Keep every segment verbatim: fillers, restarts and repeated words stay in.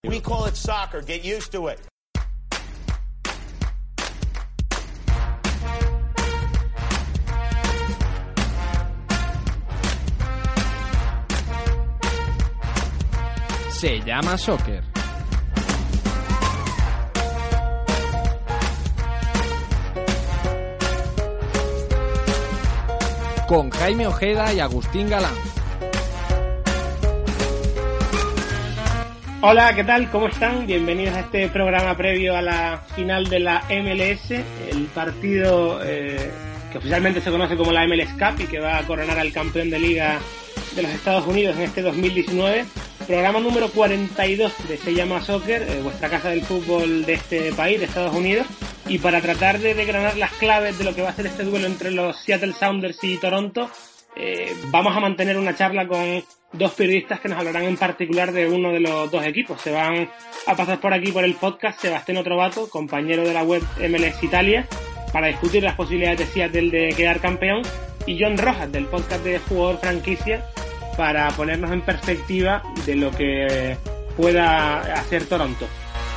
We call it soccer. Get used to it. Se llama soccer. Con Jaime Ojeda y Agustín Galán. Hola, ¿qué tal? ¿Cómo están? Bienvenidos a este programa previo a la final de la M L S, el partido eh, que oficialmente se conoce como la M L S Cup y que va a coronar al campeón de liga de los Estados Unidos en este dos mil diecinueve. Programa número cuarenta y dos de Se llama Soccer, eh, vuestra casa del fútbol de este país, de Estados Unidos. Y para tratar de desgranar las claves de lo que va a ser este duelo entre los Seattle Sounders y Toronto, eh, vamos a mantener una charla con dos periodistas que nos hablarán en particular de uno de los dos equipos. Se van a pasar por aquí por el podcast Sebastián Trovato, compañero de la web M L S Italia, para discutir las posibilidades de Seattle de quedar campeón, y John Rojas, del podcast de Jugador Franquicia, para ponernos en perspectiva de lo que pueda hacer Toronto.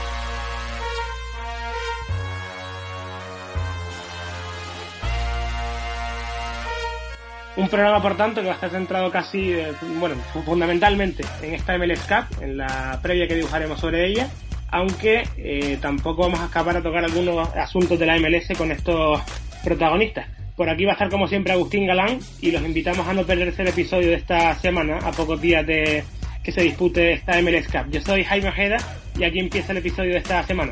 Un programa, por tanto, que va a estar centrado casi, eh, bueno, fundamentalmente en esta M L S Cup, en la previa que dibujaremos sobre ella, aunque eh, tampoco vamos a escapar a tocar algunos asuntos de la M L S con estos protagonistas. Por aquí va a estar, como siempre, Agustín Galán, y los invitamos a no perderse el episodio de esta semana, a pocos días de que se dispute esta M L S Cup. Yo soy Jaime Ojeda, y aquí empieza el episodio de esta semana.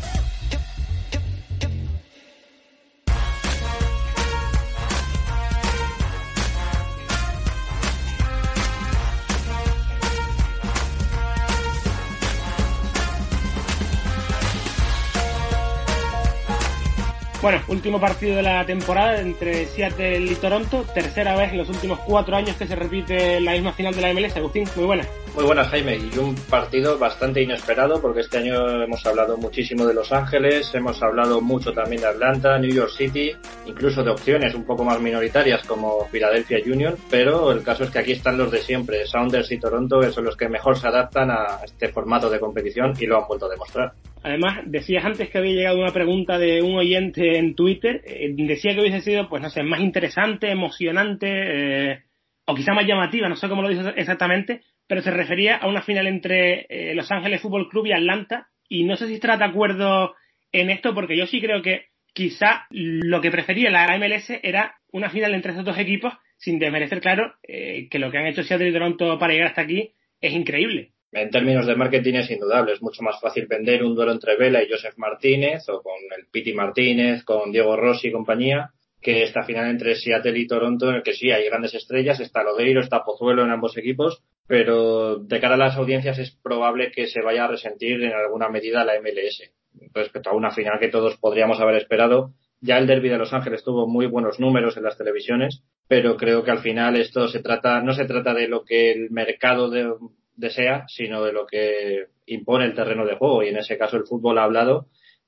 Bueno, último partido de la temporada entre Seattle y Toronto, tercera vez en los últimos cuatro años que se repite la misma final de la M L S. Agustín, muy buenas. Muy buenas, Jaime, y un partido bastante inesperado porque este año hemos hablado muchísimo de Los Ángeles, hemos hablado mucho también de Atlanta, New York City, incluso de opciones un poco más minoritarias como Philadelphia Union, pero el caso es que aquí están los de siempre, Sounders y Toronto, que son los que mejor se adaptan a este formato de competición y lo han vuelto a demostrar. Además, decías antes que había llegado una pregunta de un oyente en Twitter, eh, decía que hubiese sido, pues no sé, más interesante, emocionante, eh, o quizá más llamativa, no sé cómo lo dice exactamente, pero se refería a una final entre eh, Los Ángeles Fútbol Club y Atlanta, y no sé si estarás de acuerdo en esto, porque yo sí creo que quizá lo que prefería la M L S era una final entre esos dos equipos, sin desmerecer, claro, eh, que lo que han hecho Seattle y Toronto para llegar hasta aquí es increíble. En términos de marketing es indudable, es mucho más fácil vender un duelo entre Vela y Joseph Martínez, o con el Piti Martínez, con Diego Rossi y compañía, que esta final entre Seattle y Toronto, en el que sí hay grandes estrellas, está Lodeiro, está Pozuelo en ambos equipos, pero de cara a las audiencias es probable que se vaya a resentir en alguna medida la M L S. Respecto a una final que todos podríamos haber esperado, ya el derbi de Los Ángeles tuvo muy buenos números en las televisiones, pero creo que al final esto se trata, no se trata de lo que el mercado de desea, sino de lo que impone el terreno de juego, y en ese caso el fútbol ha hablado,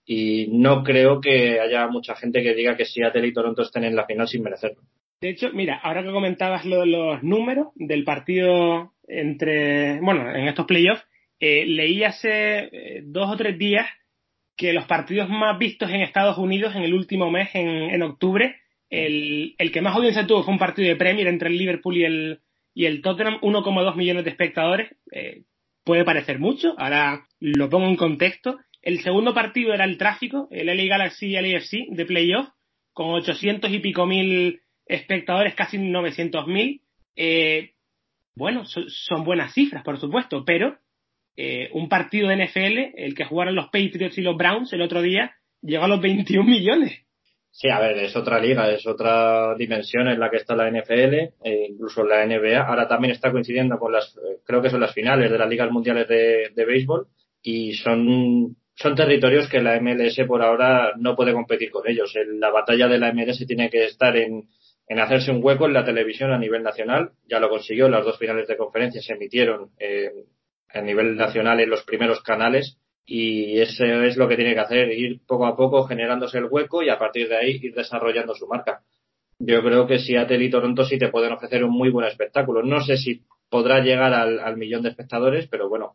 y no creo que haya mucha gente que diga que Seattle y Toronto estén en la final sin merecerlo. De hecho, mira, ahora que comentabas lo de los números del partido entre, bueno, en estos playoffs, eh, leí hace eh, dos o tres días que los partidos más vistos en Estados Unidos en el último mes, en, en octubre, el, el que más audiencia tuvo fue un partido de Premier entre el Liverpool y el y el Tottenham, uno coma dos millones de espectadores. Eh, puede parecer mucho, ahora lo pongo en contexto. El segundo partido era el tráfico, el L A Galaxy y L A F C de playoff, con ochocientos y pico mil espectadores, casi novecientos mil. Eh, bueno, so, son buenas cifras, por supuesto, pero eh, un partido de N F L, el que jugaron los Patriots y los Browns el otro día, llegó a los veintiún millones. Sí, a ver, es otra liga, es otra dimensión en la que está la N F L, e incluso la N B A. Ahora también está coincidiendo con las, creo que son las finales de las ligas mundiales de, de béisbol, y son, son territorios que la M L S por ahora no puede competir con ellos. La batalla de la M L S tiene que estar en, en hacerse un hueco en la televisión a nivel nacional. Ya lo consiguió, las dos finales de conferencia se emitieron eh, a nivel nacional en los primeros canales. Y eso es lo que tiene que hacer, ir poco a poco generándose el hueco y a partir de ahí ir desarrollando su marca. Yo creo que Seattle y Toronto sí te pueden ofrecer un muy buen espectáculo. No sé si podrá llegar al, al millón de espectadores, pero bueno,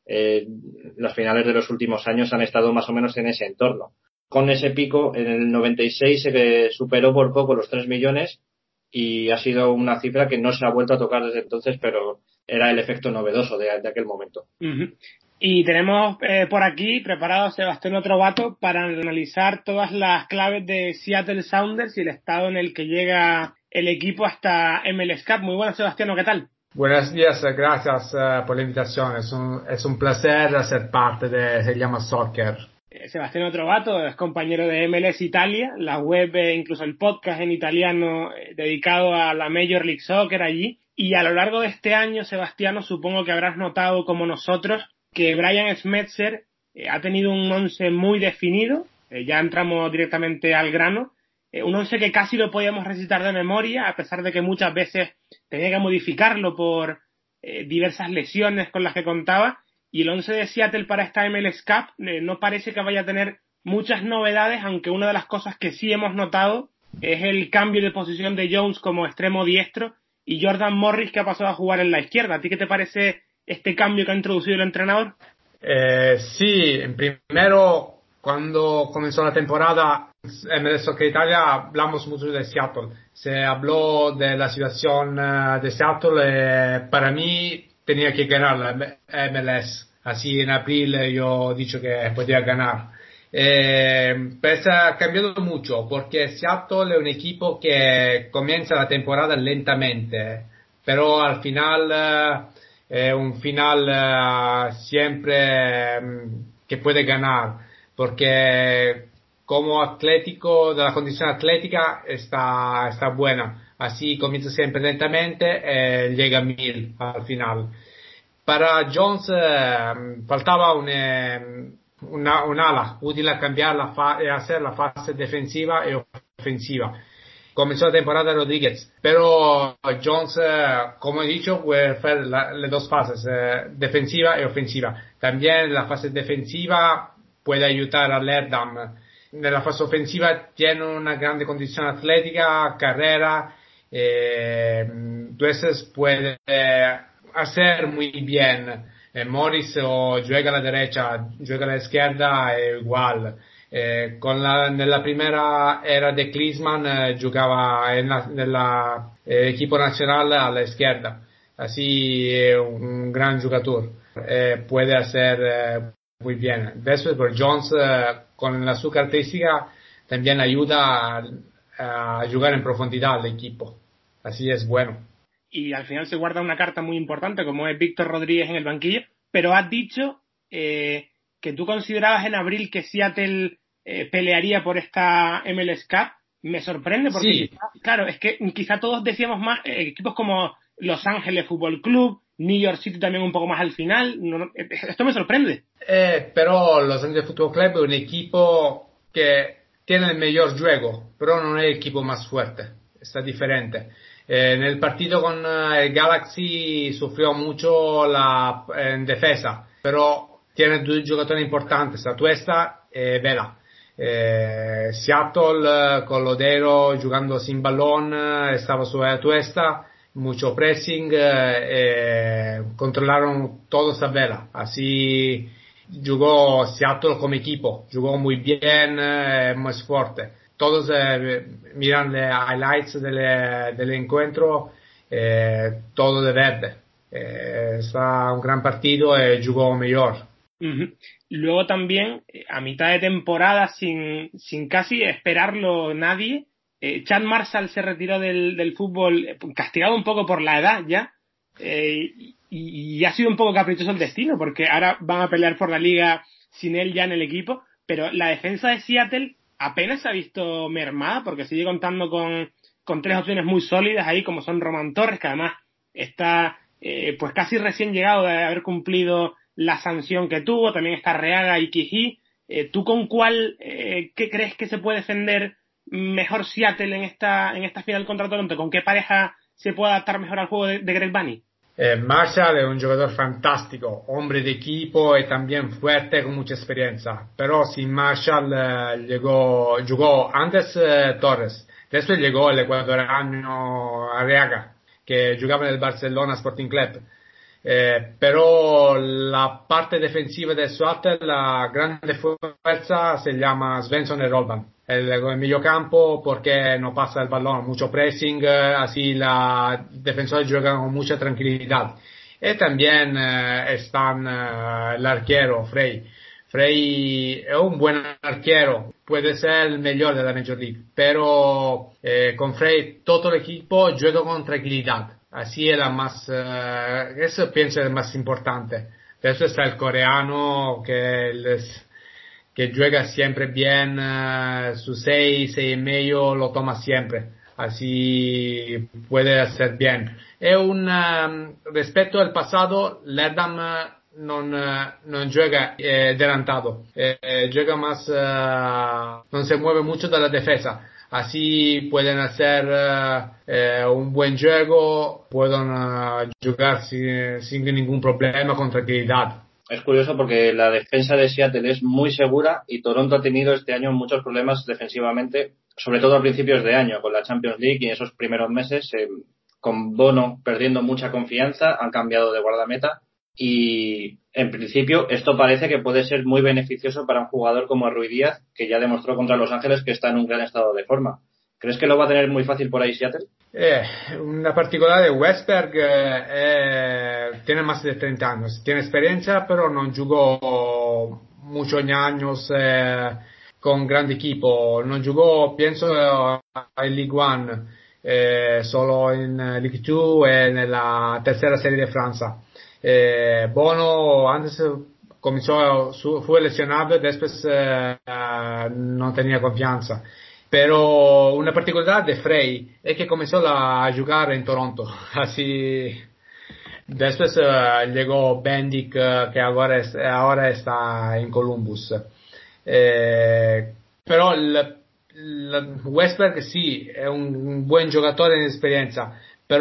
eh, las finales de los últimos años han estado más o menos en ese entorno. Con ese pico, en el noventa y seis se superó por poco los tres millones y ha sido una cifra que no se ha vuelto a tocar desde entonces, pero era el efecto novedoso de, de aquel momento. Uh-huh. Y tenemos eh, por aquí preparado a Sebastián Otrovato para analizar todas las claves de Seattle Sounders y el estado en el que llega el equipo hasta M L S Cup. Muy buenas, Sebastián, ¿qué tal? Buenos días, gracias uh, por la invitación. Es un, es un placer ser parte de Se llama Soccer. Eh, Sebastián Otrovato es compañero de M L S Italia, la web e eh, incluso el podcast en italiano eh, dedicado a la Major League Soccer allí. Y a lo largo de este año, Sebastián, supongo que habrás notado como nosotros que Brian Schmetzer eh, ha tenido un once muy definido. Eh, ya entramos directamente al grano. Eh, un once que casi lo podíamos recitar de memoria, a pesar de que muchas veces tenía que modificarlo por eh, diversas lesiones con las que contaba. Y el once de Seattle para esta M L S Cup eh, no parece que vaya a tener muchas novedades, aunque una de las cosas que sí hemos notado es el cambio de posición de Jones como extremo diestro y Jordan Morris, que ha pasado a jugar en la izquierda. ¿A ti qué te parece este cambio que ha introducido el entrenador? Eh, sí, primero, cuando comenzó la temporada en M L S Soccer Italia hablamos mucho de Seattle. Se habló de la situación uh, de Seattle. Eh, para mí tenía que ganar la M L S. Así en abril yo he dicho que podía ganar. Eh, pero se ha cambiado mucho porque Seattle es un equipo que comienza la temporada lentamente, pero al final uh, es un final uh, siempre um, que puede ganar, porque como atlético, de la condición atlética está, está buena. Así comienza siempre lentamente y eh, llega a mil al final. Para Jones eh, faltaba un, eh, una, un ala útil a cambiar la fa- y hacer la fase defensiva y ofensiva. Comenzó la temporada Rodríguez, pero Jones, eh, como he dicho, puede hacer la, las dos fases, eh, defensiva y ofensiva. También la fase defensiva puede ayudar a Lerdam. En la fase ofensiva tiene una grande condición atlética, carrera, eh, entonces puede eh, hacer muy bien. Eh, Morris o juega a la derecha, juega a la izquierda, è igual. Eh, con la, nella prima era de Klinsmann eh, giocava nella eh, equipo nazionale alla izquierda, así eh, un gran jugador, eh, puede hacer eh, muy bien. Después por Jones eh, con la su característica también ayuda a, a jugar en profundidad al equipo, así es bueno. Y al final se guarda una carta muy importante como es Víctor Rodríguez en el banquillo, pero has dicho eh, que tú considerabas en abril que Seattle eh, pelearía por esta M L S Cup. Me sorprende porque, sí. quizá, claro, es que quizá todos decíamos más eh, equipos como Los Ángeles Fútbol Club, New York City también un poco más al final. No, no, esto me sorprende. Eh, pero Los Ángeles Fútbol Club es un equipo que tiene el mejor juego, pero no es el equipo más fuerte, está diferente. Eh, en el partido con uh, el Galaxy sufrió mucho la, en defensa, pero tiene dos jugadores importantes, Atuesta y Vela. Eh, Seattle uh, con Lodero jugando sin balón, uh, estaba sobre Atuesta, mucho pressing, uh, eh, controlaron todos a Vela. Así jugó Seattle como equipo, jugó muy bien, uh, muy fuerte. Todos eh, miran los highlights del, del encuentro, eh, todo de verde. Eh, está un gran partido y jugó mejor. Uh-huh. Luego también, a mitad de temporada, sin, sin casi esperarlo nadie, eh, Chad Marshall se retiró del, del fútbol, castigado un poco por la edad ya, eh, y, y ha sido un poco caprichoso el destino, porque ahora van a pelear por la liga sin él ya en el equipo, pero la defensa de Seattle apenas se ha visto mermada porque sigue contando con, con tres opciones muy sólidas ahí, como son Román Torres, que además está eh, pues casi recién llegado de haber cumplido la sanción que tuvo. También está Reaga y Quiji. Eh, ¿Tú con cuál eh, qué crees que se puede defender mejor Seattle en esta en esta final contra Toronto? ¿Con qué pareja se puede adaptar mejor al juego de, de Greg Vanney? Eh, Marshall es un jugador fantástico, hombre de equipo y también fuerte con mucha experiencia. Pero sin Marshall eh, llegó, jugó antes eh, Torres, después llegó el ecuatoriano Arriaga, que jugaba en el Barcelona Sporting Club. Eh, pero la parte defensiva del Seattle, la grande fuerza se llama Svensson y Roldan. El, el mediocampo, porque no pasa el balón, mucho pressing, así la defensores juegan con mucha tranquilidad. Y también eh, están eh, el arquero, Frey. Frey es un buen arquero, puede ser el mejor de la Major League, pero eh, con Frey todo el equipo juega con tranquilidad. Así es la más, eh, eso pienso es más importante. Después está el coreano que les, que juega siempre bien, uh, su seis, seis y medio lo toma siempre, así puede hacer bien. Es un, um, respecto al pasado, Lerdam uh, non, uh, non juega eh, adelantado, eh, juega más, uh, no se mueve mucho de la defensa, así pueden hacer uh, eh, un buen juego, pueden uh, jugar sin, sin ningún problema con tranquilidad. Es curioso porque la defensa de Seattle es muy segura y Toronto ha tenido este año muchos problemas defensivamente, sobre todo a principios de año con la Champions League y en esos primeros meses, eh, con Bono perdiendo mucha confianza, han cambiado de guardameta y en principio esto parece que puede ser muy beneficioso para un jugador como Rui Díaz, que ya demostró contra Los Ángeles que está en un gran estado de forma. ¿Crees que lo va a tener muy fácil por ahí Seattle? Eh, una particular de Westberg eh, eh, tiene más de treinta años, tiene experiencia, pero no jugó muchos años eh, con grande equipo, no jugó, pienso, en League One, eh, solo en League Two e nella tercera serie de Francia. Eh, Bono antes comenzó, fue lesionado y después eh, no tenía confianza. Pero una particolaridad de Frey es que comenzó a jugar en Toronto, así después uh, llegó Bendik uh, que ahora, es, ahora está en Columbus. Eh, pero el, el Westberg sí es un, un buen jugador en experiencia,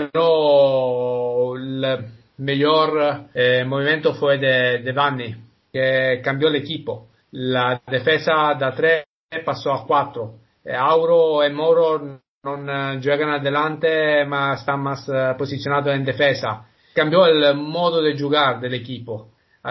pero el mejor eh, movimiento fue de, de Vanni, que cambió el equipo. La defensa da tres pasó a cuatro. Auro e Moro non uh, giocano adelante ma stanno más uh, posicionados en defensa. Cambió el modo de jugar del equipo,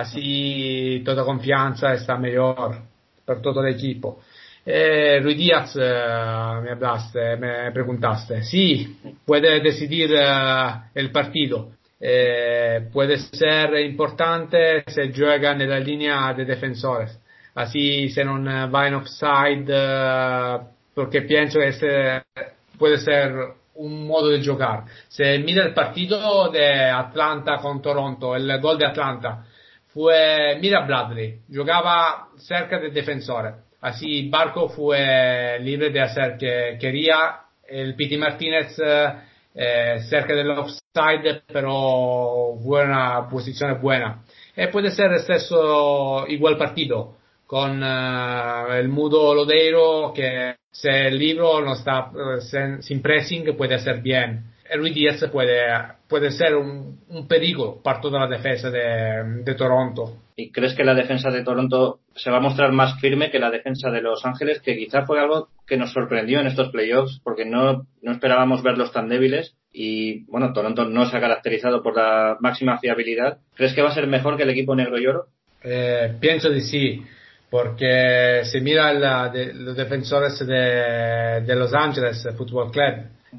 así toda confianza está mejor per todo el equipo. Eh, Rui Díaz, uh, me hablaste, me preguntaste. Sí, puede decidir uh, el partido. Eh, puede ser importante se juega nella linea de defensores. Así se non va en offside, uh, porque pienso que este puede ser un modo de jugar. Se mira el partido de Atlanta con Toronto, el gol de Atlanta, fue mira Bradley, jugaba cerca del defensor, así Barco fue libre de hacer que quería, el Pity Martínez eh, cerca del offside, pero fue una posición buena. E puede ser el stesso igual partido con uh, el Mudo Lodeiro, que se el libro no está uh, sin, sin pressing puede hacer bien. El Rui Díaz puede, puede ser un, un peligro para toda la defensa de, de Toronto. ¿Y crees que la defensa de Toronto se va a mostrar más firme que la defensa de Los Ángeles, que quizá fue algo que nos sorprendió en estos playoffs, porque no, no esperábamos verlos tan débiles? Y bueno, Toronto no se ha caracterizado por la máxima fiabilidad. ¿Crees que va a ser mejor que el equipo negro y oro? Eh, pienso de sí. Porque si mira la, de, los defensores de, de Los Ángeles Football Club,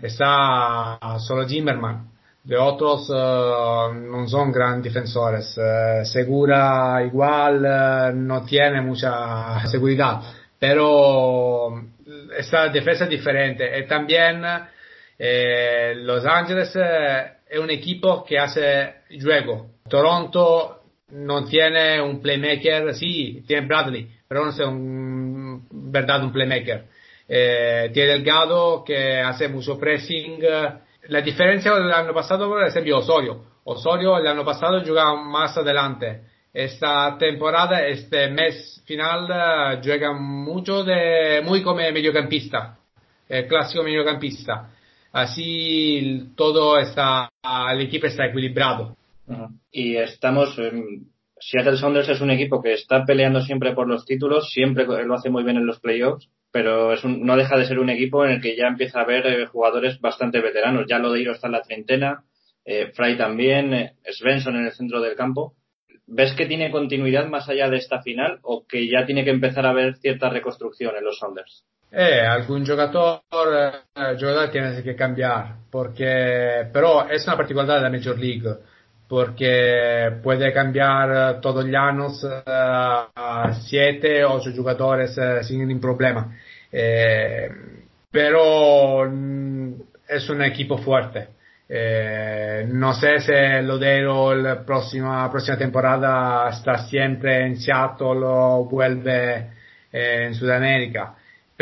está solo Zimmerman. De otros uh, no son grandes defensores. Uh, Segura igual uh, no tiene mucha seguridad, pero esta defensa es diferente. Y también eh, Los Ángeles eh, es un equipo que hace juego. Toronto no tiene un playmaker, sí, tiene Bradley, pero no es un verdad un playmaker. Eh, tiene Delgado que hace mucho pressing. La diferencia del año pasado, por ejemplo, Osorio. Osorio el año pasado jugaba más adelante. Esta temporada, este mes final, juega mucho de, muy como mediocampista, el clásico mediocampista. Así todo está, el equipo está equilibrado. Uh-huh. Y estamos en Seattle Sounders, es un equipo que está peleando siempre por los títulos, siempre lo hace muy bien en los playoffs, pero es un, no deja de ser un equipo en el que ya empieza a haber eh, jugadores bastante veteranos. Ya Lodeiro está en la treintena, eh, Fry también, eh, Svensson en el centro del campo. ¿Ves que tiene continuidad más allá de esta final o que ya tiene que empezar a haber cierta reconstrucción en los Sounders? Eh, algún jugador, eh, jugador tiene que cambiar, porque, pero es una particolaridad de la Major League, porque puede cambiar todos los años eh, a siete, ocho jugadores eh, sin ningún problema. Eh, pero mm, es un equipo fuerte. Eh, no sé si Lodero la próxima, próxima temporada está siempre en Seattle o vuelve eh, en Sudamérica,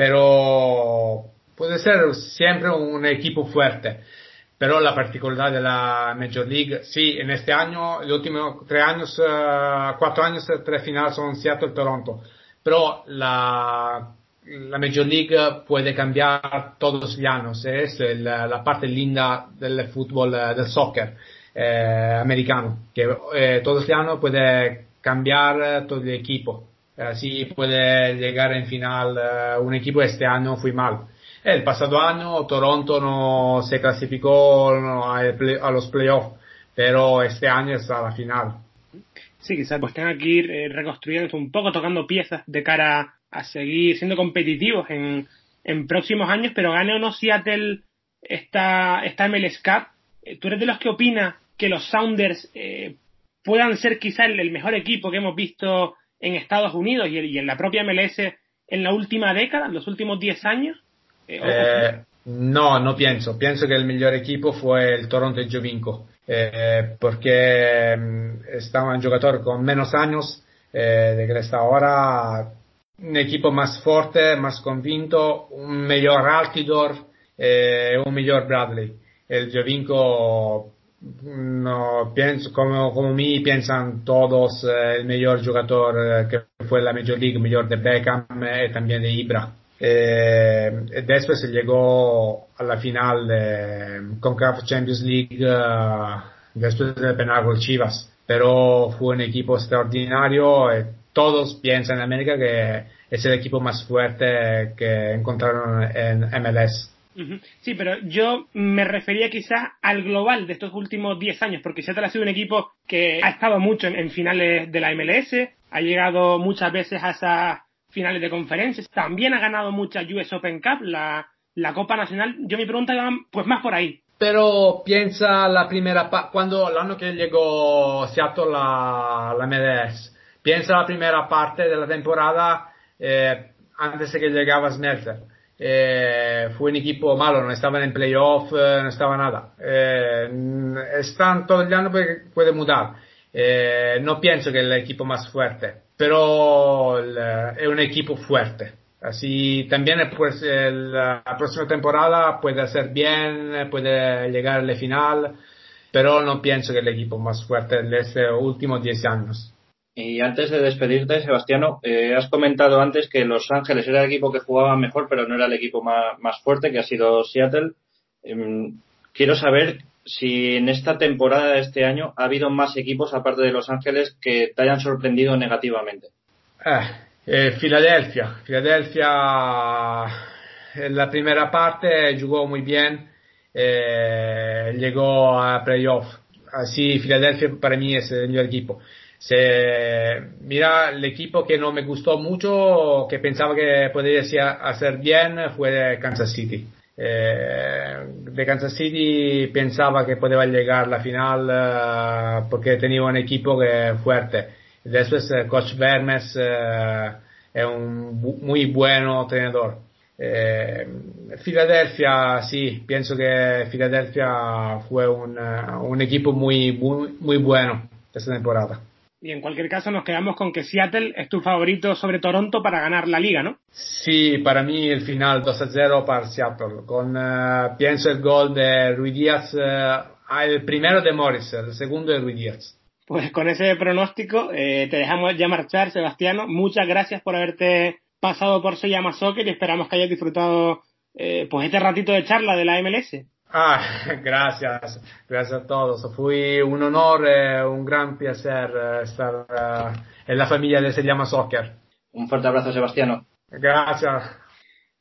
pero puede ser siempre un equipo fuerte. Pero la particolaridad de la Major League, sí, en este año, los últimos tres años, uh, cuatro años, tres finales son Seattle y Toronto, pero la la Major League puede cambiar todos los años, es la, la parte linda del fútbol, del soccer eh, americano, que eh, todos los años puede cambiar todo el equipo, así puede llegar en final uh, un equipo. Este año fue mal. El pasado año Toronto no se clasificó no, a, play, a los playoffs, pero este año está a la final. Sí, quizás pues tengan que ir eh, reconstruyendo un poco, tocando piezas de cara a seguir siendo competitivos en, en próximos años, pero gane o no Seattle esta, esta M L S Cup, ¿tú eres de los que opina que los Sounders eh, puedan ser quizá el, el mejor equipo que hemos visto en Estados Unidos y, y en la propia M L S en la última década, en los últimos diez años? Eh, eh, no, no pienso. Pienso que el mejor equipo fue el Toronto Giovinco, eh, porque estaba un jugador con menos años eh, de que está ahora, un equipo más fuerte, más convinto, un mejor Altidor, eh, un mejor Bradley. El Giovinco, no pienso, como, como mí piensan todos, eh, el mejor jugador eh, que fue en la Major League, mejor de Beckham y eh, también de Ibra. Eh, después se llegó a la final de CONCACAF Champions League uh, después del penal con Chivas, pero fue un equipo extraordinario. Eh, todos piensan en América que es el equipo más fuerte que encontraron en M L S. Sí, pero yo me refería quizás al global de estos últimos diez años, porque Seattle ha sido un equipo que ha estado mucho en, en finales de la M L S, ha llegado muchas veces a esas finales de conferencias, también ha ganado muchas U S Open Cup, la, la Copa Nacional. Yo mi pregunta va pues más por ahí. Pero piensa la primera parte, cuando el año que llegó Seattle la, la M L S, piensa la primera parte de la temporada eh, antes de que llegaba Smelter. Eh, fue un equipo malo, no estaban en playoff, eh, no estaba nada. Eh, están todo el año, puede mudar. Eh, no pienso que es el equipo más fuerte, pero el, es un equipo fuerte. Así también pues, el, la próxima temporada puede hacer bien, puede llegar a la final, pero no pienso que es el equipo más fuerte de estos últimos diez años. Y antes de despedirte, Sebastiano, eh, has comentado antes que Los Ángeles era el equipo que jugaba mejor, pero no era el equipo más, más fuerte, que ha sido Seattle. Eh, quiero saber si en esta temporada de este año ha habido más equipos, aparte de Los Ángeles, que te hayan sorprendido negativamente. Eh, eh, Filadelfia. Filadelfia en la primera parte jugó muy bien, eh, llegó a playoff. Así, Filadelfia para mí es el mejor equipo. Se, mira, el equipo que no me gustó mucho, que pensaba que podría hacer bien, fue Kansas City. Eh, de Kansas City pensaba que podía llegar a la final uh, porque tenía un equipo que fuerte. Después, uh, Coach Vermes uh, es un bu- muy buen entrenador. Eh, Filadelfia, sí, pienso que Filadelfia fue un, uh, un equipo muy, muy, muy bueno esta temporada. Y en cualquier caso nos quedamos con que Seattle es tu favorito sobre Toronto para ganar la liga, ¿no? Sí, para mí el final dos a cero para Seattle, con uh, pienso el gol de Ruiz Díaz, uh, el primero de Morris, el segundo de Ruiz Díaz. Pues con ese pronóstico eh, te dejamos ya marchar, Sebastiano. Muchas gracias por haberte pasado por Se Llama Soccer y esperamos que hayas disfrutado eh, pues este ratito de charla de la M L S. Ah, gracias, gracias a todos. Fue un honor, eh, un gran placer eh, estar eh, en la familia de Se Llama Soccer. Un fuerte abrazo, Sebastiano. Gracias.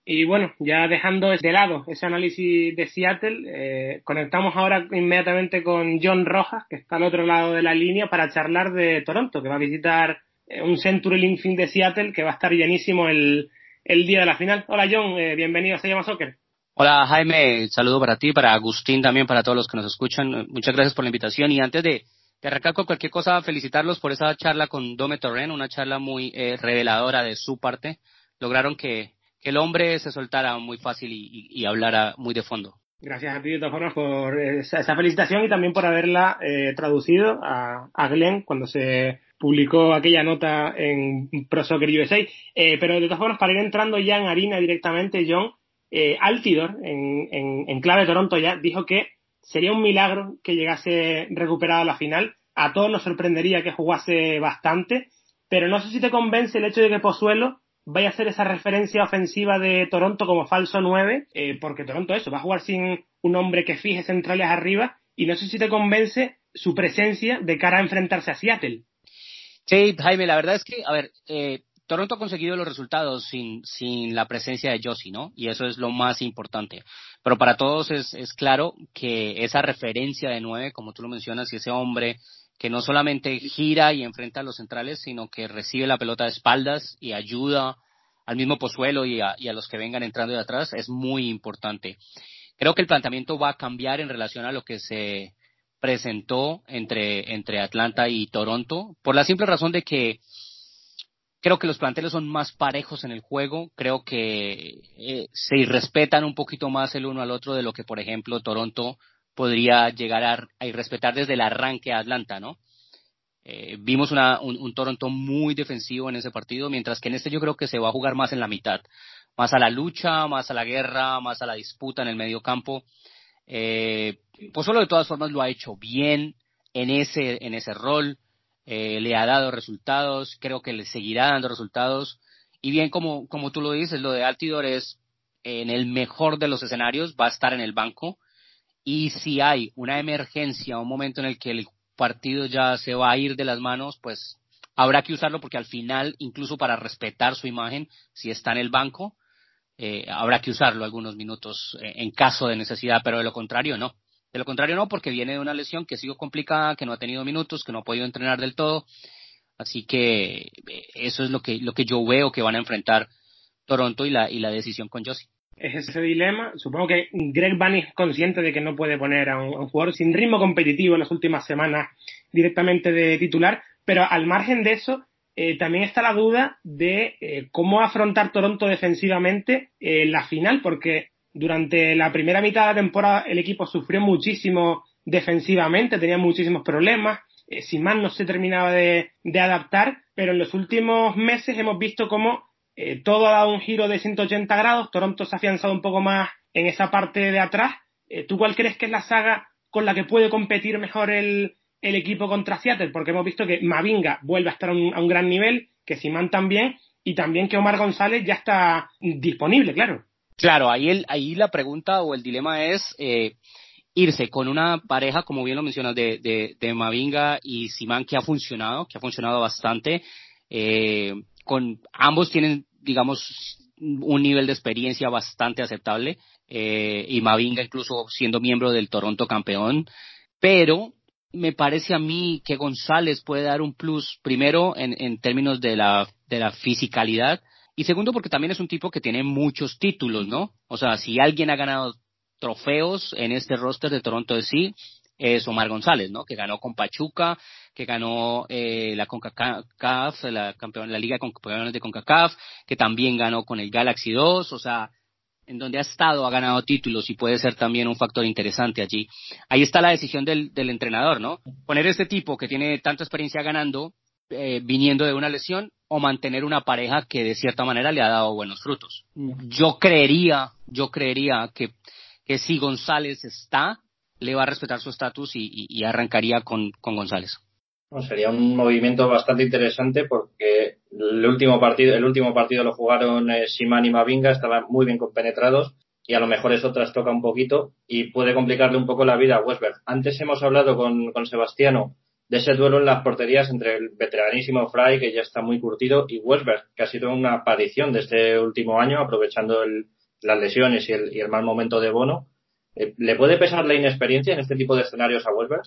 Y bueno, ya dejando de lado ese análisis de Seattle, eh, conectamos ahora inmediatamente con John Rojas, que está al otro lado de la línea, para charlar de Toronto, que va a visitar eh, un Century Link Field de Seattle, que va a estar llenísimo el, el día de la final. Hola John, eh, bienvenido a Se Llama Soccer. Hola Jaime, saludo para ti, para Agustín también, para todos los que nos escuchan. Muchas gracias por la invitación y antes de, de arrancar con cualquier cosa, felicitarlos por esa charla con Dome Torren, una charla muy eh, reveladora de su parte. Lograron que que el hombre se soltara muy fácil y, y, y hablara muy de fondo. Gracias a ti de todas formas por esa, esa felicitación y también por haberla eh, traducido a, a Glenn cuando se publicó aquella nota en Pro Soccer U S A. Eh, pero de todas formas, para ir entrando ya en harina directamente, John, eh, Altidor, en, en, en clave Toronto ya, dijo que sería un milagro que llegase recuperado a la final. A todos nos sorprendería que jugase bastante, pero no sé si te convence el hecho de que Pozuelo vaya a hacer esa referencia ofensiva de Toronto como falso nueve, eh, porque Toronto eso, va a jugar sin un hombre que fije centrales arriba, y no sé si te convence su presencia de cara a enfrentarse a Seattle. Sí, Jaime, la verdad es que, a ver, eh, Toronto ha conseguido los resultados sin sin la presencia de Josie, ¿no? Y eso es lo más importante. Pero para todos es, es claro que esa referencia de nueve, como tú lo mencionas, y ese hombre que no solamente gira y enfrenta a los centrales, sino que recibe la pelota de espaldas y ayuda al mismo Pozuelo y a, y a los que vengan entrando de atrás, es muy importante. Creo que el planteamiento va a cambiar en relación a lo que se presentó entre, entre Atlanta y Toronto, por la simple razón de que creo que los planteles son más parejos en el juego, creo que eh, se irrespetan un poquito más el uno al otro de lo que, por ejemplo, Toronto podría llegar a, a irrespetar desde el arranque a Atlanta, ¿no? Eh, vimos una, un, un Toronto muy defensivo en ese partido, mientras que en este yo creo que se va a jugar más en la mitad, más a la lucha, más a la guerra, más a la disputa en el medio campo. Eh, pues solo de todas formas lo ha hecho bien en ese, en ese rol, eh, le ha dado resultados, creo que le seguirá dando resultados, y bien como, como tú lo dices, lo de Altidor es, en el mejor de los escenarios, va a estar en el banco. Y si hay una emergencia, un momento en el que el partido ya se va a ir de las manos, pues habrá que usarlo porque al final, incluso para respetar su imagen, si está en el banco, eh, habrá que usarlo algunos minutos eh, en caso de necesidad, pero de lo contrario no. De lo contrario no, porque viene de una lesión que ha sido complicada, que no ha tenido minutos, que no ha podido entrenar del todo. Así que eh, eso es lo que, lo que yo veo que van a enfrentar Toronto y la, y la decisión con Josie. Es ese dilema. Supongo que Greg Vanney es consciente de que no puede poner a un, a un jugador sin ritmo competitivo en las últimas semanas directamente de titular, pero al margen de eso, eh, también está la duda de eh, cómo afrontar Toronto defensivamente eh, la final, porque durante la primera mitad de la temporada el equipo sufrió muchísimo defensivamente, tenía muchísimos problemas, eh, Simán no se terminaba de, de adaptar, pero en los últimos meses hemos visto cómo Eh, todo ha dado un giro de ciento ochenta grados, Toronto se ha afianzado un poco más en esa parte de atrás. Eh, ¿Tú cuál crees que es la saga con la que puede competir mejor el, el equipo contra Seattle? Porque hemos visto que Mavinga vuelve a estar a un, a un gran nivel, que Simán también, y también que Omar González ya está disponible, claro. Claro, ahí, el, ahí la pregunta o el dilema es eh, irse con una pareja, como bien lo mencionas, de, de, de Mavinga y Simán, que ha funcionado, que ha funcionado bastante. Eh, con ambos tienen, digamos, un nivel de experiencia bastante aceptable, eh, y Mavinga incluso siendo miembro del Toronto campeón, pero me parece a mí que González puede dar un plus, primero en, en términos de la, de la fisicalidad, y segundo porque también es un tipo que tiene muchos títulos, ¿no? O sea, si alguien ha ganado trofeos en este roster de Toronto de sí, es Omar González, ¿no? Que ganó con Pachuca, que ganó eh, la CONCACAF, la, campeón, la Liga de Campeones de CONCACAF, que también ganó con el Galaxy dos, o sea, en donde ha estado, ha ganado títulos y puede ser también un factor interesante allí. Ahí está la decisión del, del entrenador, ¿no? Poner este tipo que tiene tanta experiencia ganando, eh, viniendo de una lesión, o mantener una pareja que de cierta manera le ha dado buenos frutos. Yo creería, yo creería que, que si González está, le va a respetar su estatus y, y, y arrancaría con, con González. No, sería un movimiento bastante interesante porque el último partido el último partido lo jugaron eh, Simán y Mavinga, estaban muy bien compenetrados y a lo mejor eso trastoca un poquito y puede complicarle un poco la vida a Westberg. Antes hemos hablado con, con Sebastiano de ese duelo en las porterías entre el veteranísimo Fry, que ya está muy curtido, y Westberg, que ha sido una aparición de este último año, aprovechando el, las lesiones y el, y el mal momento de Bono, eh, ¿le puede pesar la inexperiencia en este tipo de escenarios a Wolves?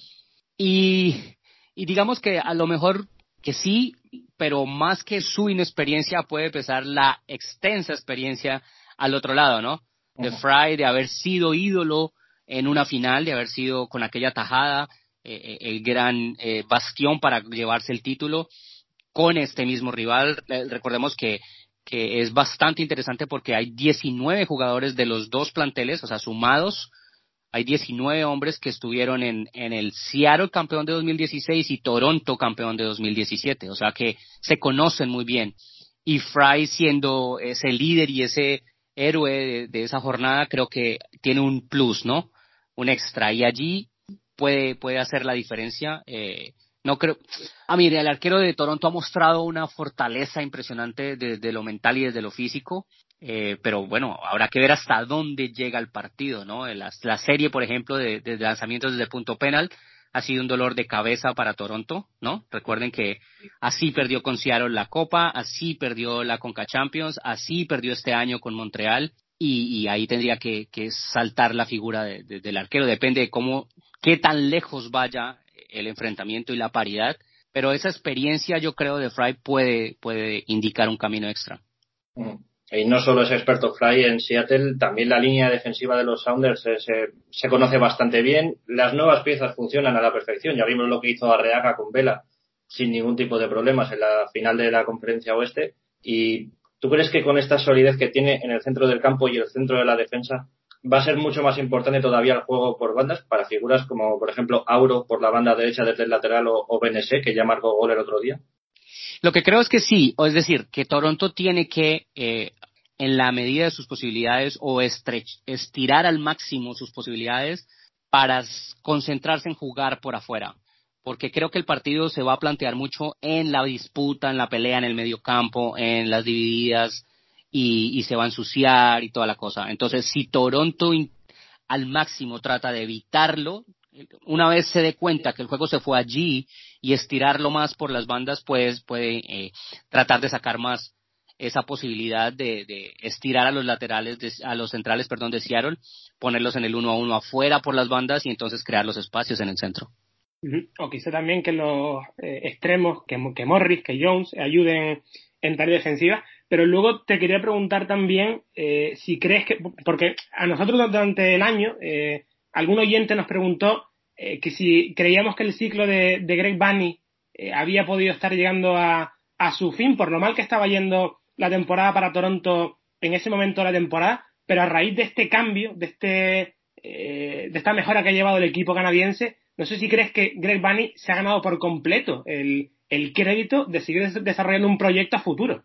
Y, y digamos que a lo mejor que sí, pero más que su inexperiencia puede pesar la extensa experiencia al otro lado, ¿no? De Fry, de haber sido ídolo en una final, de haber sido con aquella tajada eh, el gran eh, bastión para llevarse el título con este mismo rival. Eh, recordemos que, que es bastante interesante porque hay diecinueve jugadores de los dos planteles, o sea, sumados, hay diecinueve hombres que estuvieron en, en el Seattle campeón de dos mil dieciséis y Toronto campeón de dos mil diecisiete, o sea que se conocen muy bien. Y Fry, siendo ese líder y ese héroe de, de esa jornada, creo que tiene un plus, ¿no? Un extra, y allí puede, puede hacer la diferencia. Eh, no creo. Ah, mire, el arquero de Toronto ha mostrado una fortaleza impresionante desde lo mental y desde lo físico. Eh, pero bueno, habrá que ver hasta dónde llega el partido, ¿no? La, la serie, por ejemplo, de, de lanzamientos desde punto penal ha sido un dolor de cabeza para Toronto, ¿no? Recuerden que así perdió con Seattle la Copa, así perdió la Conca Champions, así perdió este año con Montreal, y, y ahí tendría que, que saltar la figura de, de, del arquero. Depende de cómo, qué tan lejos vaya el enfrentamiento y la paridad, pero esa experiencia, yo creo, de Fry puede, puede indicar un camino extra. Mm. Y no solo es experto Fry en Seattle, también la línea defensiva de los Sounders se, se, se conoce bastante bien. Las nuevas piezas funcionan a la perfección. Ya vimos lo que hizo Arreaga con Vela sin ningún tipo de problemas en la final de la Conferencia Oeste. ¿Y tú crees que con esta solidez que tiene en el centro del campo y el centro de la defensa va a ser mucho más importante todavía el juego por bandas para figuras como, por ejemplo, Auro por la banda derecha desde el lateral o, o Benesé, que ya marcó gol el otro día? Lo que creo es que sí, o es decir, que Toronto tiene que, eh, en la medida de sus posibilidades, o estrech- estirar al máximo sus posibilidades para concentrarse en jugar por afuera. Porque creo que el partido se va a plantear mucho en la disputa, en la pelea en el medio campo, en las divididas, y, y se va a ensuciar y toda la cosa. Entonces, si Toronto in- al máximo trata de evitarlo, una vez se dé cuenta que el juego se fue allí y estirarlo más por las bandas, pues puede eh, tratar de sacar más esa posibilidad de, de estirar a los laterales, de, a los centrales, perdón, de Seattle, ponerlos en el uno a uno afuera por las bandas y entonces crear los espacios en el centro. Uh-huh. O quizá también que los eh, extremos, que, que Morris, que Jones ayuden en tarea defensiva. Pero luego te quería preguntar también eh, si crees que, porque a nosotros durante el año eh, algún oyente nos preguntó eh, que si creíamos que el ciclo de, de Greg Vanney eh, había podido estar llegando a, a su fin, por lo mal que estaba yendo la temporada para Toronto en ese momento de la temporada, pero a raíz de este cambio, de este eh, de esta mejora que ha llevado el equipo canadiense, no sé si crees que Greg Vanney se ha ganado por completo el, el crédito de seguir desarrollando un proyecto a futuro.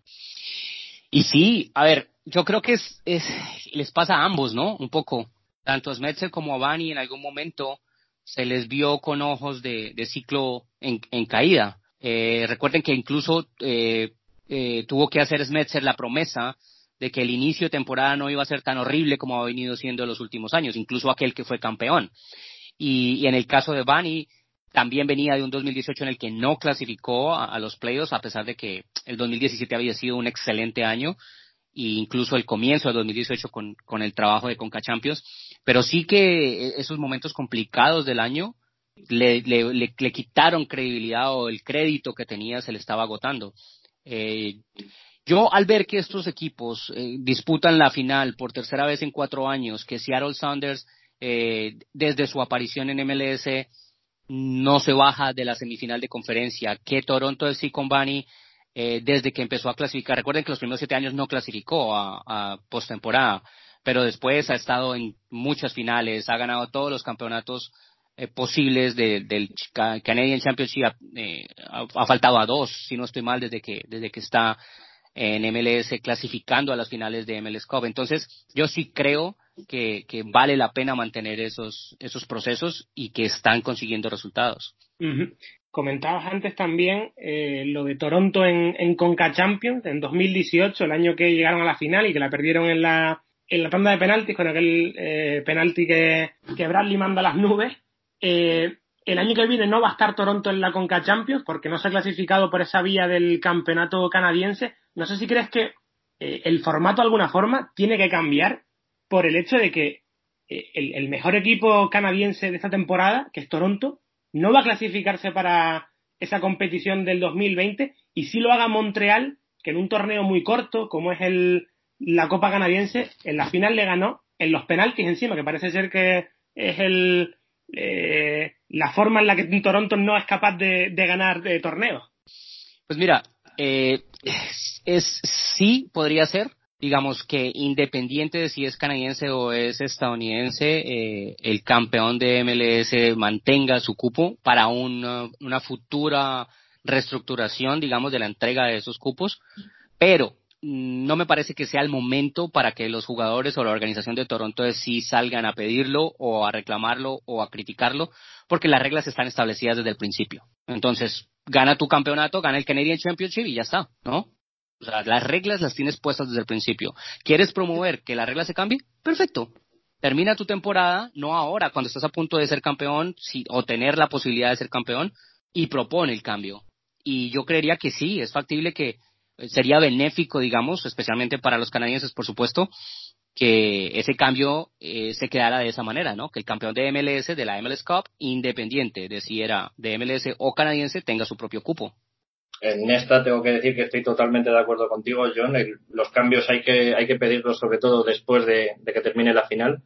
Y sí, a ver, yo creo que es, es les pasa a ambos, ¿no? Un poco. Tanto a Smetzer como a Vanney en algún momento se les vio con ojos de, de ciclo en, en caída. Eh, recuerden que incluso eh, eh, tuvo que hacer Smetzer la promesa de que el inicio de temporada no iba a ser tan horrible como ha venido siendo en los últimos años, incluso aquel que fue campeón. Y, y en el caso de Vanney, también venía de un dos mil dieciocho en el que no clasificó a, a los playoffs, a pesar de que el dos mil diecisiete había sido un excelente año, e incluso el comienzo del dos mil dieciocho con, con el trabajo de Conca Champions. Pero sí que esos momentos complicados del año le, le, le, le quitaron credibilidad, o el crédito que tenía se le estaba agotando. Eh, yo al ver que estos equipos eh, disputan la final por tercera vez en cuatro años, que Seattle Sounders eh, desde su aparición en M L S no se baja de la semifinal de conferencia, que Toronto F C con Vanney eh, desde que empezó a clasificar, recuerden que los primeros siete años no clasificó a, a postemporada, pero después ha estado en muchas finales, ha ganado todos los campeonatos eh, posibles de, del Canadian Championship, eh, ha, ha faltado a dos, si no estoy mal, desde que desde que está en M L S clasificando a las finales de M L S Cup. Entonces yo sí creo que, que vale la pena mantener esos esos procesos y que están consiguiendo resultados. Uh-huh. Comentabas antes también eh, lo de Toronto en, en Conca Champions en dos mil dieciocho, el año que llegaron a la final y que la perdieron en la en la tanda de penaltis con aquel eh, penalti que, que Bradley manda a las nubes. Eh, el año que viene no va a estar Toronto en la Conca Champions porque no se ha clasificado por esa vía del campeonato canadiense. No sé si crees que eh, el formato de alguna forma tiene que cambiar por el hecho de que el, el mejor equipo canadiense de esta temporada, que es Toronto, no va a clasificarse para esa competición del dos mil veinte, y sí lo haga Montreal, que en un torneo muy corto, como es el la Copa Canadiense, en la final le ganó en los penaltis encima, que parece ser que es el eh, la forma en la que Toronto no es capaz de, de ganar de torneos. Pues mira, eh, es, es sí podría ser, digamos que independiente de si es canadiense o es estadounidense, eh, el campeón de M L S mantenga su cupo para una, una futura reestructuración, digamos, de la entrega de esos cupos, pero no me parece que sea el momento para que los jugadores o la organización de Toronto sí salgan a pedirlo o a reclamarlo o a criticarlo, porque las reglas están establecidas desde el principio. Entonces, gana tu campeonato, gana el Canadian Championship y ya está, ¿no? O sea, las reglas las tienes puestas desde el principio. ¿Quieres promover que la regla se cambie? Perfecto. Termina tu temporada, no ahora, cuando estás a punto de ser campeón si, o tener la posibilidad de ser campeón, y propone el cambio. Y yo creería que sí, es factible que sería benéfico, digamos, especialmente para los canadienses, por supuesto, que ese cambio eh, se quedara de esa manera, ¿no? Que el campeón de M L S, de la M L S Cup, independiente de si era de M L S o canadiense, tenga su propio cupo. En esta tengo que decir que estoy totalmente de acuerdo contigo, John. El, los cambios hay que hay que pedirlos sobre todo después de, de que termine la final.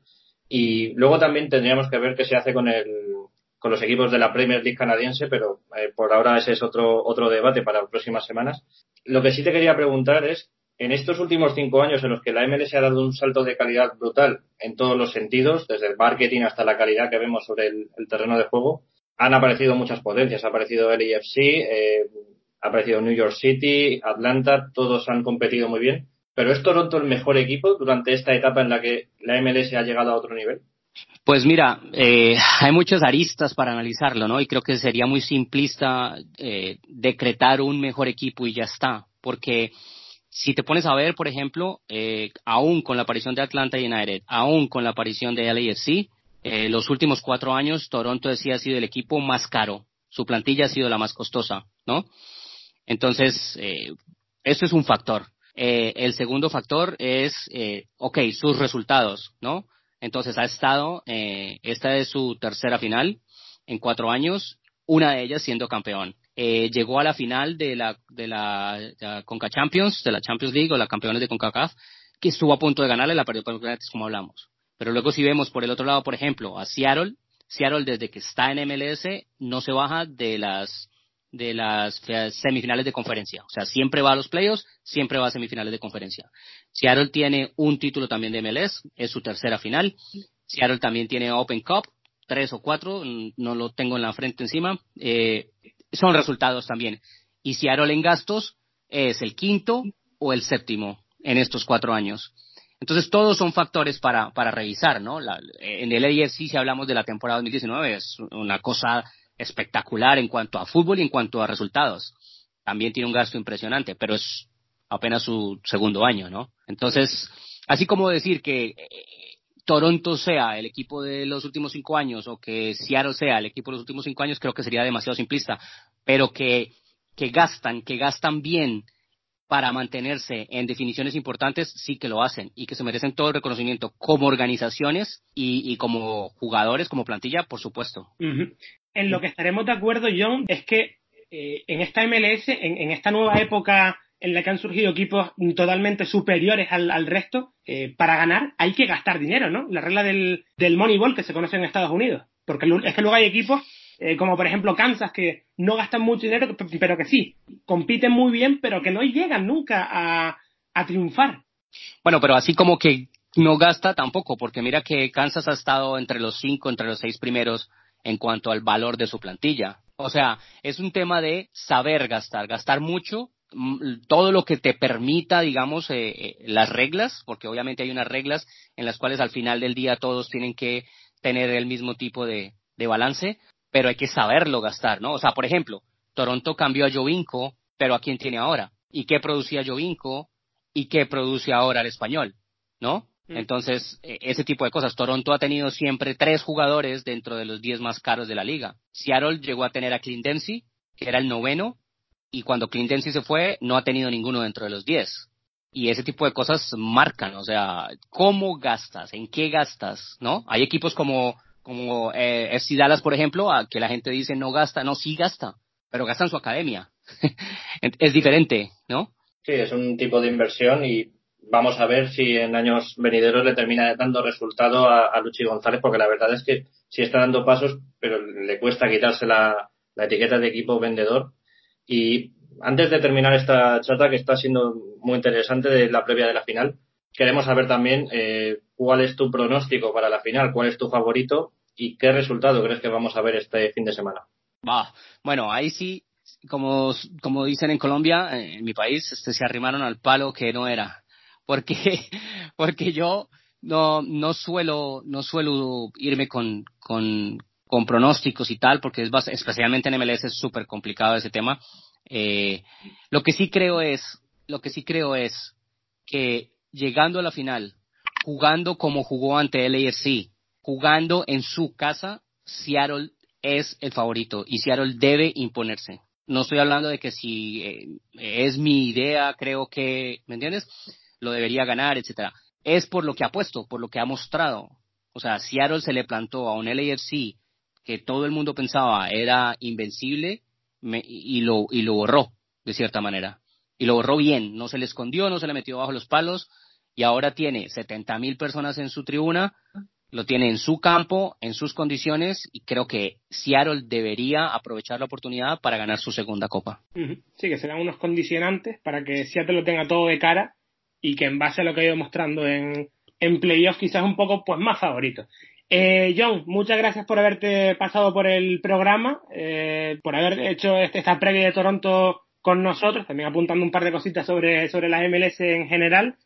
Y luego también tendríamos que ver qué se hace con el con los equipos de la Premier League canadiense, pero eh, por ahora ese es otro otro debate para las próximas semanas. Lo que sí te quería preguntar es, en estos últimos cinco años en los que la M L S ha dado un salto de calidad brutal en todos los sentidos, desde el marketing hasta la calidad que vemos sobre el, el terreno de juego, han aparecido muchas potencias. Ha aparecido L A F C, eh, ha aparecido New York City, Atlanta, todos han competido muy bien. ¿Pero es Toronto el mejor equipo durante esta etapa en la que la M L S ha llegado a otro nivel? Pues mira, eh, hay muchas aristas para analizarlo, ¿no? Y creo que sería muy simplista eh, decretar un mejor equipo y ya está. Porque si te pones a ver, por ejemplo, eh, aún con la aparición de Atlanta United, aún con la aparición de L A F C, eh, los últimos cuatro años Toronto sí ha sido el equipo más caro. Su plantilla ha sido la más costosa, ¿no? Entonces, eh, eso es un factor. Eh, el segundo factor es, eh, ok, sus resultados, ¿no? Entonces ha estado, eh, esta es su tercera final en cuatro años, una de ellas siendo campeón. Eh, llegó a la final de la, de la, de la Conca Champions, de la Champions League o la campeones de CONCACAF, que estuvo a punto de ganarle, la perdió por penaltis como hablamos. Pero luego si vemos por el otro lado, por ejemplo, a Seattle, Seattle desde que está en M L S no se baja de las de las semifinales de conferencia. O sea, siempre va a los playoffs, siempre va a semifinales de conferencia. Seattle tiene un título también de M L S, es su tercera final. Seattle también tiene Open Cup, tres o cuatro, no lo tengo en la frente encima. Eh, son resultados también. Y Seattle en gastos es el quinto o el séptimo en estos cuatro años. Entonces, todos son factores para, para revisar, ¿no? La, en el A F C, si hablamos de la temporada dos mil diecinueve, es una cosa espectacular en cuanto a fútbol y en cuanto a resultados. También tiene un gasto impresionante, pero es apenas su segundo año, ¿no? Entonces, así como decir que eh, Toronto sea el equipo de los últimos cinco años o que Seattle sea el equipo de los últimos cinco años, creo que sería demasiado simplista, pero que, que gastan, que gastan bien para mantenerse en definiciones importantes, sí que lo hacen y que se merecen todo el reconocimiento como organizaciones y, y como jugadores, como plantilla, por supuesto. Uh-huh. En lo que estaremos de acuerdo, John, es que eh, en esta M L S, en, en esta nueva época en la que han surgido equipos totalmente superiores al, al resto, eh, para ganar hay que gastar dinero, ¿no? La regla del, del Moneyball que se conoce en Estados Unidos. Porque es que luego hay equipos Eh, como por ejemplo Kansas, que no gastan mucho dinero, pero que sí, compiten muy bien, pero que no llegan nunca a, a triunfar. Bueno, pero así como que no gasta tampoco, porque mira que Kansas ha estado entre los cinco, entre los seis primeros en cuanto al valor de su plantilla. O sea, es un tema de saber gastar, gastar mucho, todo lo que te permita, digamos, eh, eh, las reglas, porque obviamente hay unas reglas en las cuales al final del día todos tienen que tener el mismo tipo de, de balance, pero hay que saberlo gastar, ¿no? O sea, por ejemplo, Toronto cambió a Jovinko, pero ¿a quién tiene ahora? ¿Y qué producía Jovinko? ¿Y qué produce ahora el Español? ¿No? Mm. Entonces, ese tipo de cosas. Toronto ha tenido siempre tres jugadores dentro de los diez más caros de la liga. Seattle llegó a tener a Clint Dempsey, que era el noveno, y cuando Clint Dempsey se fue, no ha tenido ninguno dentro de los diez. y ese tipo de cosas marcan, o sea, cómo gastas, en qué gastas, ¿no? Hay equipos como como eh, F C Dallas, por ejemplo, a que la gente dice no gasta, no, sí gasta, pero gasta en su academia. Es diferente, ¿no? Sí, es un tipo de inversión y vamos a ver si en años venideros le termina dando resultado a, a Luchi González, porque la verdad es que sí está dando pasos, pero le cuesta quitarse la, la etiqueta de equipo vendedor. Y antes de terminar esta charla, que está siendo muy interesante de la previa de la final, queremos saber también eh, cuál es tu pronóstico para la final, cuál es tu favorito y qué resultado crees que vamos a ver este fin de semana. Bah, bueno, ahí sí, como, como dicen en Colombia, en mi país, este, se arrimaron al palo que no era. Porque, porque yo no, no suelo, no suelo irme con, con, con pronósticos y tal, porque es bast- especialmente en M L S es súper complicado ese tema. Eh, lo que sí creo es, lo que sí creo es que llegando a la final, jugando como jugó ante L A F C, jugando en su casa, Seattle es el favorito y Seattle debe imponerse. No estoy hablando de que si eh, es mi idea, creo que, ¿me entiendes?, lo debería ganar, etcétera. Es por lo que ha puesto, por lo que ha mostrado. O sea, Seattle se le plantó a un L A F C que todo el mundo pensaba era invencible me, y lo y lo borró de cierta manera. Y lo borró bien, no se le escondió, no se le metió bajo los palos y ahora tiene setenta mil personas en su tribuna, lo tiene en su campo, en sus condiciones y creo que Seattle debería aprovechar la oportunidad para ganar su segunda copa. Sí, que serán unos condicionantes para que Seattle lo tenga todo de cara y que en base a lo que ha ido mostrando en, en playoffs quizás un poco pues más favorito. Eh, John, muchas gracias por haberte pasado por el programa, eh, por haber hecho este, esta previa de Toronto con nosotros, también apuntando un par de cositas sobre, sobre la M L S en general,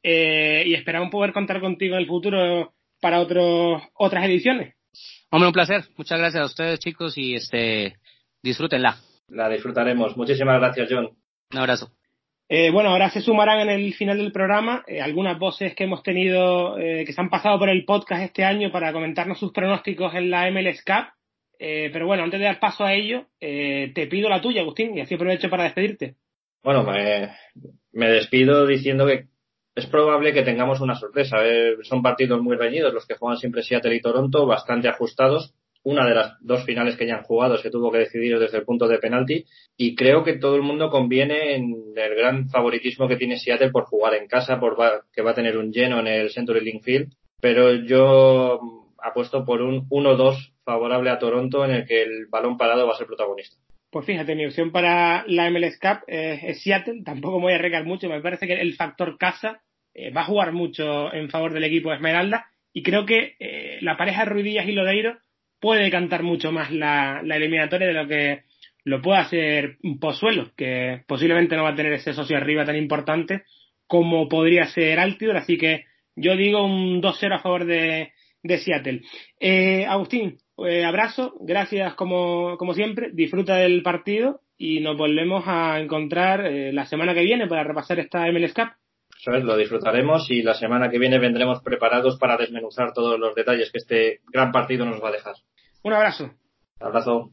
eh, y esperamos poder contar contigo en el futuro para otros otras ediciones. Hombre, un placer. Muchas gracias a ustedes, chicos, y este disfrútenla. La disfrutaremos. Muchísimas gracias, John. Un abrazo. Eh, bueno, ahora se sumarán en el final del programa eh, algunas voces que hemos tenido, eh, que se han pasado por el podcast este año para comentarnos sus pronósticos en la M L S Cup. Eh, pero bueno, antes de dar paso a ello, eh, te pido la tuya, Agustín, y así aprovecho para despedirte. Bueno, me, me despido diciendo que es probable que tengamos una sorpresa. Eh, son partidos muy reñidos los que juegan siempre Seattle y Toronto, bastante ajustados. Una de las dos finales que ya han jugado se tuvo que decidir desde el punto de penalti y creo que todo el mundo conviene en el gran favoritismo que tiene Seattle por jugar en casa, por va, que va a tener un lleno en el Century Link Field, pero yo apuesto por un uno dos favorable a Toronto en el que el balón parado va a ser protagonista. Pues fíjate, mi opción para la M L S Cup eh, es Seattle, tampoco voy a recar mucho, me parece que el factor casa eh, va a jugar mucho en favor del equipo de Esmeralda y creo que eh, la pareja Ruidías y Lodeiro puede cantar mucho más la, la eliminatoria de lo que lo puede hacer Pozuelo, que posiblemente no va a tener ese socio arriba tan importante como podría ser Altidor, así que yo digo un dos cero a favor de, de Seattle. Eh, Agustín, eh, abrazo, gracias como, como siempre, disfruta del partido y nos volvemos a encontrar eh, la semana que viene para repasar esta M L S Cup. Eso es, lo disfrutaremos y la semana que viene vendremos preparados para desmenuzar todos los detalles que este gran partido nos va a dejar. Un abrazo. Abrazo.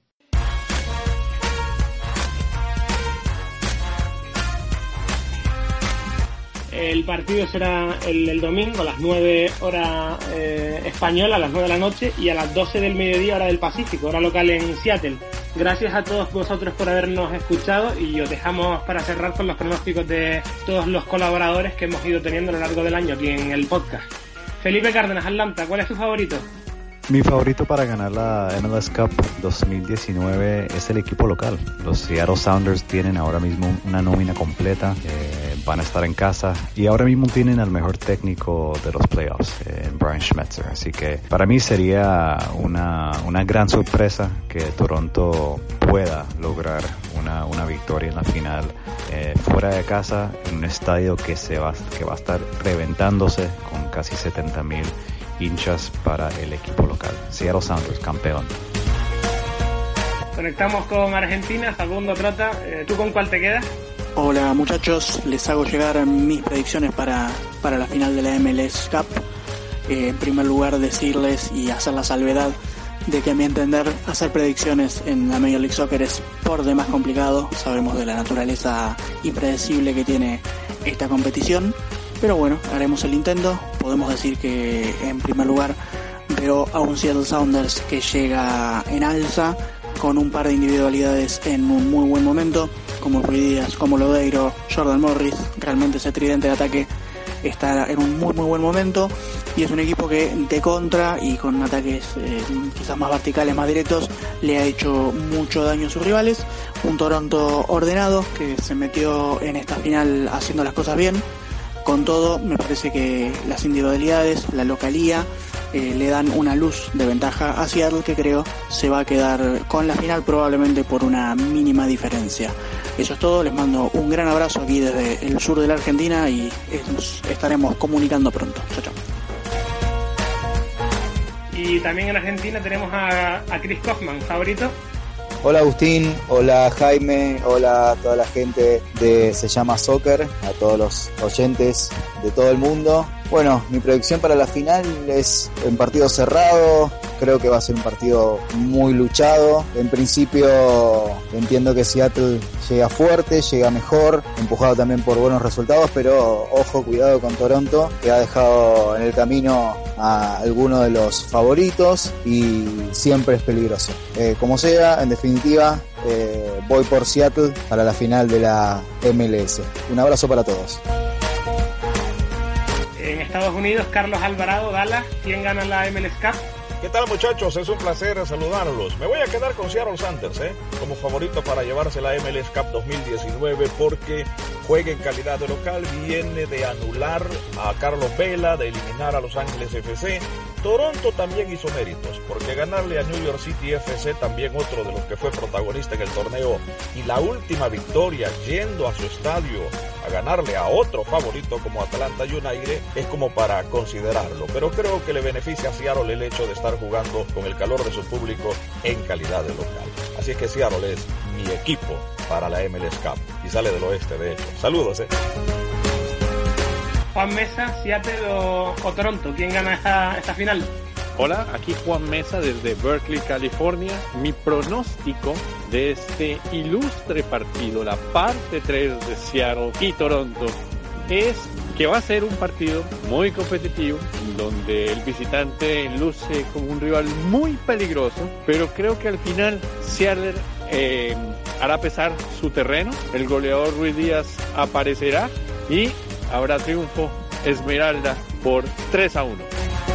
El partido será el, el domingo a las nueve hora eh, española, a las nueve de la noche y a las doce del mediodía hora del Pacífico, hora local en Seattle. Gracias a todos vosotros por habernos escuchado y os dejamos para cerrar con los pronósticos de todos los colaboradores que hemos ido teniendo a lo largo del año aquí en el podcast. Felipe Cárdenas, Atlanta, ¿cuál es tu favorito? Mi favorito para ganar la M L S Cup dos mil diecinueve es el equipo local. Los Seattle Sounders tienen ahora mismo una nómina completa, eh, van a estar en casa y ahora mismo tienen al mejor técnico de los playoffs, eh, Brian Schmetzer. Así que para mí sería una, una gran sorpresa que Toronto pueda lograr una, una victoria en la final eh, fuera de casa en un estadio que, se va, que va a estar reventándose con casi setenta mil hinchas para el equipo local. Seattle Sounders, campeón. Conectamos con Argentina, Facundo Trota, eh, ¿tú con cuál te quedas? Hola muchachos, les hago llegar mis predicciones para, para la final de la M L S Cup. Eh, en primer lugar decirles y hacer la salvedad de que a mi entender hacer predicciones en la Major League Soccer es por demás complicado. Sabemos de la naturaleza impredecible que tiene esta competición, pero bueno, haremos el intento. Podemos decir que en primer lugar veo a un Seattle Sounders que llega en alza, con un par de individualidades en un muy buen momento, como Rui Díaz, como Lodeiro, Jordan Morris. Realmente ese tridente de ataque está en un muy muy buen momento, y es un equipo que de contra y con ataques eh, quizás más verticales, más directos, le ha hecho mucho daño a sus rivales. Un Toronto ordenado que se metió en esta final haciendo las cosas bien. Con todo, me parece que las individualidades, la localía, eh, le dan una luz de ventaja a Seattle, que creo se va a quedar con la final probablemente por una mínima diferencia. Eso es todo, les mando un gran abrazo aquí desde el sur de la Argentina y nos estaremos comunicando pronto. Chao, chao. Y también en Argentina tenemos a, a Chris Kaufman, favorito. Hola Agustín, hola Jaime, hola a toda la gente de Se Llama Soccer, a todos los oyentes de todo el mundo. Bueno, mi predicción para la final es un partido cerrado, creo que va a ser un partido muy luchado. En principio entiendo que Seattle llega fuerte, llega mejor, empujado también por buenos resultados, pero ojo, cuidado con Toronto, que ha dejado en el camino a alguno de los favoritos y siempre es peligroso. Eh, como sea, en definitiva, eh, voy por Seattle para la final de la M L S. Un abrazo para todos. En Estados Unidos, Carlos Alvarado, Dallas, ¿quién gana la M L S Cup? ¿Qué tal, muchachos? Es un placer saludarlos. Me voy a quedar con Seattle Sounders, ¿eh? como favorito para llevarse la M L S Cup dos mil diecinueve, porque juega en calidad de local, viene de anular a Carlos Vela, de eliminar a Los Ángeles F C. Toronto también hizo méritos, porque ganarle a New York City F C, también otro de los que fue protagonista en el torneo, y la última victoria yendo a su estadio a ganarle a otro favorito como Atlanta United, es como para considerarlo. Pero creo que le beneficia a Seattle el hecho de estar jugando con el calor de su público en calidad de local. Así es que Seattle es mi equipo para la M L S Cup, y sale del oeste, de hecho. Saludos, eh. Juan Mesa, Seattle o, o Toronto, ¿quién gana esta, esta final? Hola, aquí Juan Mesa desde Berkeley, California. Mi pronóstico de este ilustre partido, la parte tres de Seattle y Toronto, es que va a ser un partido muy competitivo, donde el visitante luce como un rival muy peligroso, pero creo que al final Seattle eh, hará pesar su terreno, el goleador Rui Díaz aparecerá y habrá triunfo Esmeralda por tres a uno.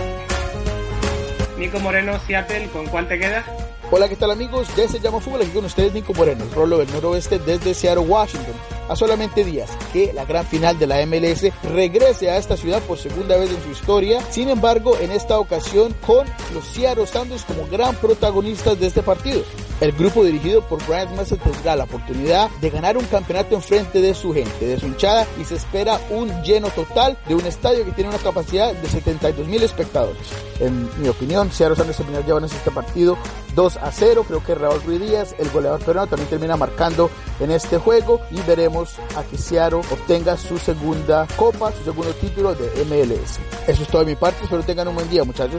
Nico Moreno, Seattle, ¿con cuál te quedas? Hola, ¿qué tal amigos? De Se Llama Fútbol, aquí con ustedes Nico Moreno, el rolo del noroeste desde Seattle, Washington. A solamente días que la gran final de la M L S regrese a esta ciudad por segunda vez en su historia. Sin embargo, en esta ocasión con los Seattle Sounders como gran protagonistas de este partido. El grupo dirigido por Brian Messer tendrá la oportunidad de ganar un campeonato en frente de su gente, de su hinchada, y se espera un lleno total de un estadio que tiene una capacidad de setenta y dos mil espectadores. En mi opinión, Seattle Sounders terminará llevándose este partido dos a cero. Creo que Raúl Ruiz Díaz, el goleador peruano, también termina marcando en este juego, y veremos a que Seattle obtenga su segunda copa, su segundo título de M L S. Eso es todo de mi parte, espero tengan un buen día, muchachos.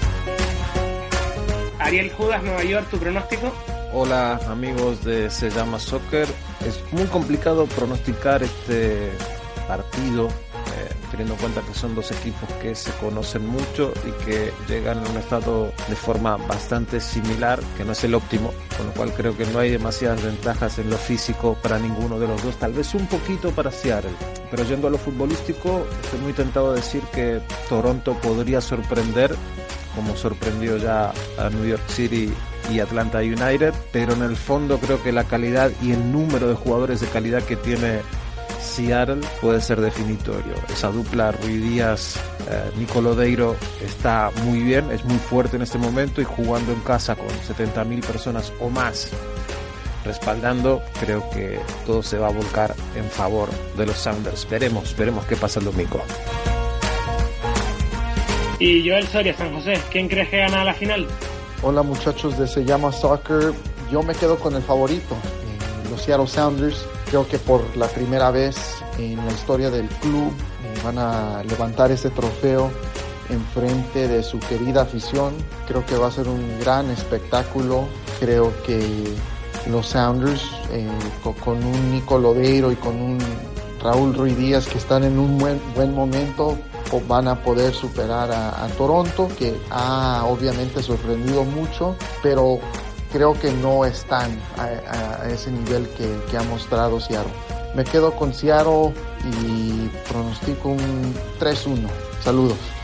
Ariel Judas, Nueva York, ¿tu pronóstico? Hola amigos de Se Llama Soccer. Es muy complicado pronosticar este partido, eh, teniendo en cuenta que son dos equipos que se conocen mucho y que llegan a un estado de forma bastante similar, que no es el óptimo, con lo cual creo que no hay demasiadas ventajas en lo físico para ninguno de los dos, tal vez un poquito para Seattle. Pero yendo a lo futbolístico, estoy muy tentado a decir que Toronto podría sorprender, como sorprendió ya a New York City y Atlanta United, pero en el fondo creo que la calidad y el número de jugadores de calidad que tiene Seattle puede ser definitorio. Esa dupla Rui Díaz, eh, Nico Lodeiro está muy bien, es muy fuerte en este momento, y jugando en casa con setenta mil personas o más respaldando, creo que todo se va a volcar en favor de los Sounders. Veremos, veremos qué pasa el domingo. Y Joel Soria, San José, ¿quién crees que gana la final? Hola muchachos de Se Llama Soccer, yo me quedo con el favorito, eh, los Seattle Sounders. Creo que por la primera vez en la historia del club eh, van a levantar este trofeo en frente de su querida afición. Creo que va a ser un gran espectáculo. Creo que los Sounders, eh, con, con un Nico Lodeiro y con un Raúl Ruiz Díaz, que están en un buen, buen momento, van a poder superar a, a Toronto, que ha obviamente sorprendido mucho, pero creo que no están a, a, a ese nivel que, que ha mostrado Seattle. Me quedo con Seattle y pronostico un tres uno. Saludos.